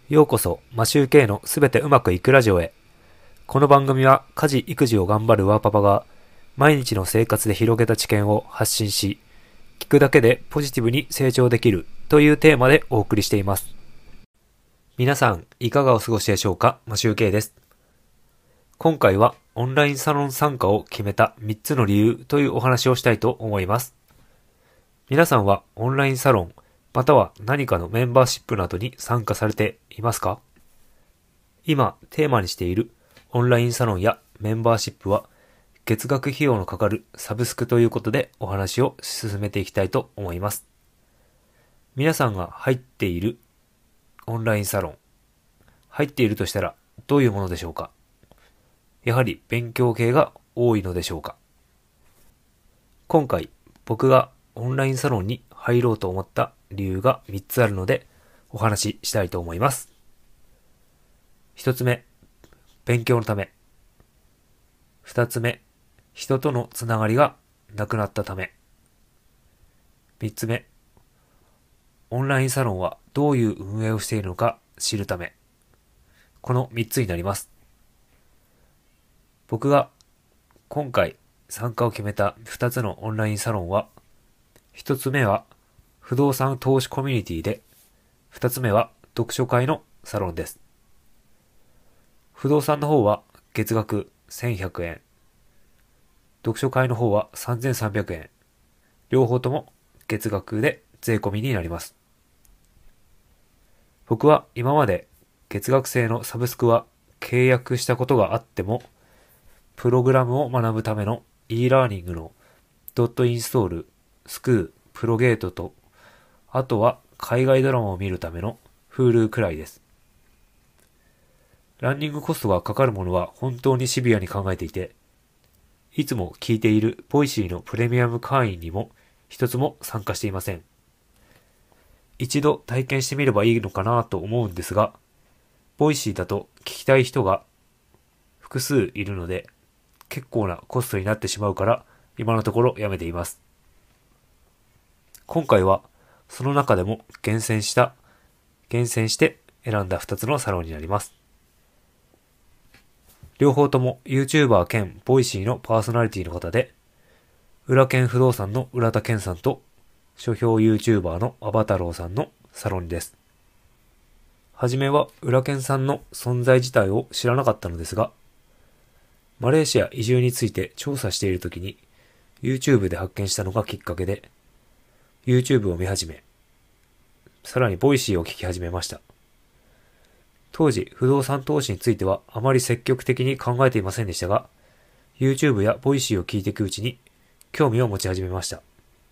ようこそ、マシューケイのすべてうまくいくラジオへ。この番組は家事・育児を頑張るワーパパが毎日の生活で広げた知見を発信し、聞くだけでポジティブに成長できるというテーマでお送りしています。皆さん、いかがお過ごしでしょうか？マシューケイです。今回はオンラインサロン参加を決めた3つの理由というお話をしたいと思います。皆さんはオンラインサロン、または何かのメンバーシップなどに参加されていますか？今テーマにしているオンラインサロンやメンバーシップは月額費用のかかるサブスクということでお話を進めていきたいと思います。皆さんが入っているオンラインサロン、入っているとしたらどういうものでしょうか？やはり勉強系が多いのでしょうか？今回僕がオンラインサロンに入ろうと思った理由が3つあるのでお話ししたいと思います。1つ目、勉強のため。2つ目、人とのつながりがなくなったため。3つ目、オンラインサロンはどういう運営をしているのか知るため。この3つになります。僕が今回参加を決めた2つのオンラインサロンは、1つ目は不動産投資コミュニティで、2つ目は読書会のサロンです。不動産の方は月額1100円、読書会の方は3300円、両方とも月額で税込みになります。僕は今まで月額制のサブスクは契約したことがあっても、プログラムを学ぶための e-learning のドットインストール、スクー、プロゲートと、あとは海外ドラマを見るための Hulu くらいです。ランニングコストがかかるものは本当にシビアに考えていて、いつも聞いているボイシーのプレミアム会員にも一つも参加していません。一度体験してみればいいのかなと思うんですが、ボイシーだと聞きたい人が複数いるので、結構なコストになってしまうから今のところやめています。今回はその中でも厳選して選んだ2つのサロンになります。両方とも YouTuber 兼ボイシーのパーソナリティの方で、裏兼不動産の浦田健さんと書評 YouTuber のアバタローさんのサロンです。はじめは浦健さんの存在自体を知らなかったのですが、マレーシア移住について調査しているときに YouTube で発見したのがきっかけで YouTube を見始め、さらにボイシーを聞き始めました。当時不動産投資についてはあまり積極的に考えていませんでしたが、 YouTube やボイシーを聞いていくうちに興味を持ち始めました。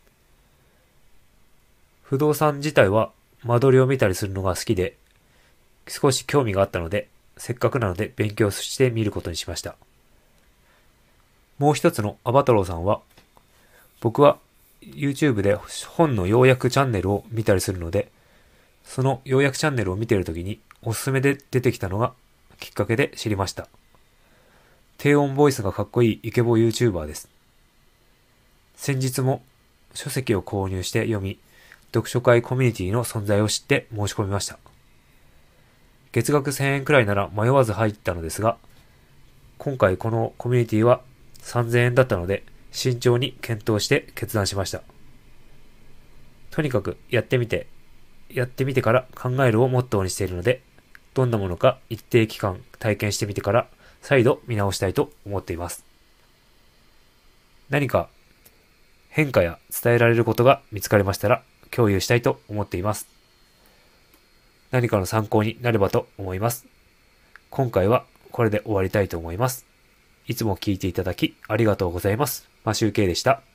不動産自体は間取りを見たりするのが好きで少し興味があったので、せっかくなので勉強してみることにしました。もう一つのアバタローさんは、僕は YouTube で本の要約チャンネルを見たりするので、その要約チャンネルを見ているときにおすすめで出てきたのがきっかけで知りました。低音ボイスがかっこいいイケボ YouTuber です。先日も書籍を購入して読み、読書会コミュニティの存在を知って申し込みました。月額1000円くらいなら迷わず入ったのですが、今回このコミュニティは3000円だったので慎重に検討して決断しました。とにかくやってみてから考えるをモットーにしているので、どんなものか一定期間体験してみてから再度見直したいと思っています。何か変化や伝えられることが見つかりましたら共有したいと思っています。何かの参考になればと思います。今回はこれで終わりたいと思います。いつも聞いていただきありがとうございます。マシュウケイでした。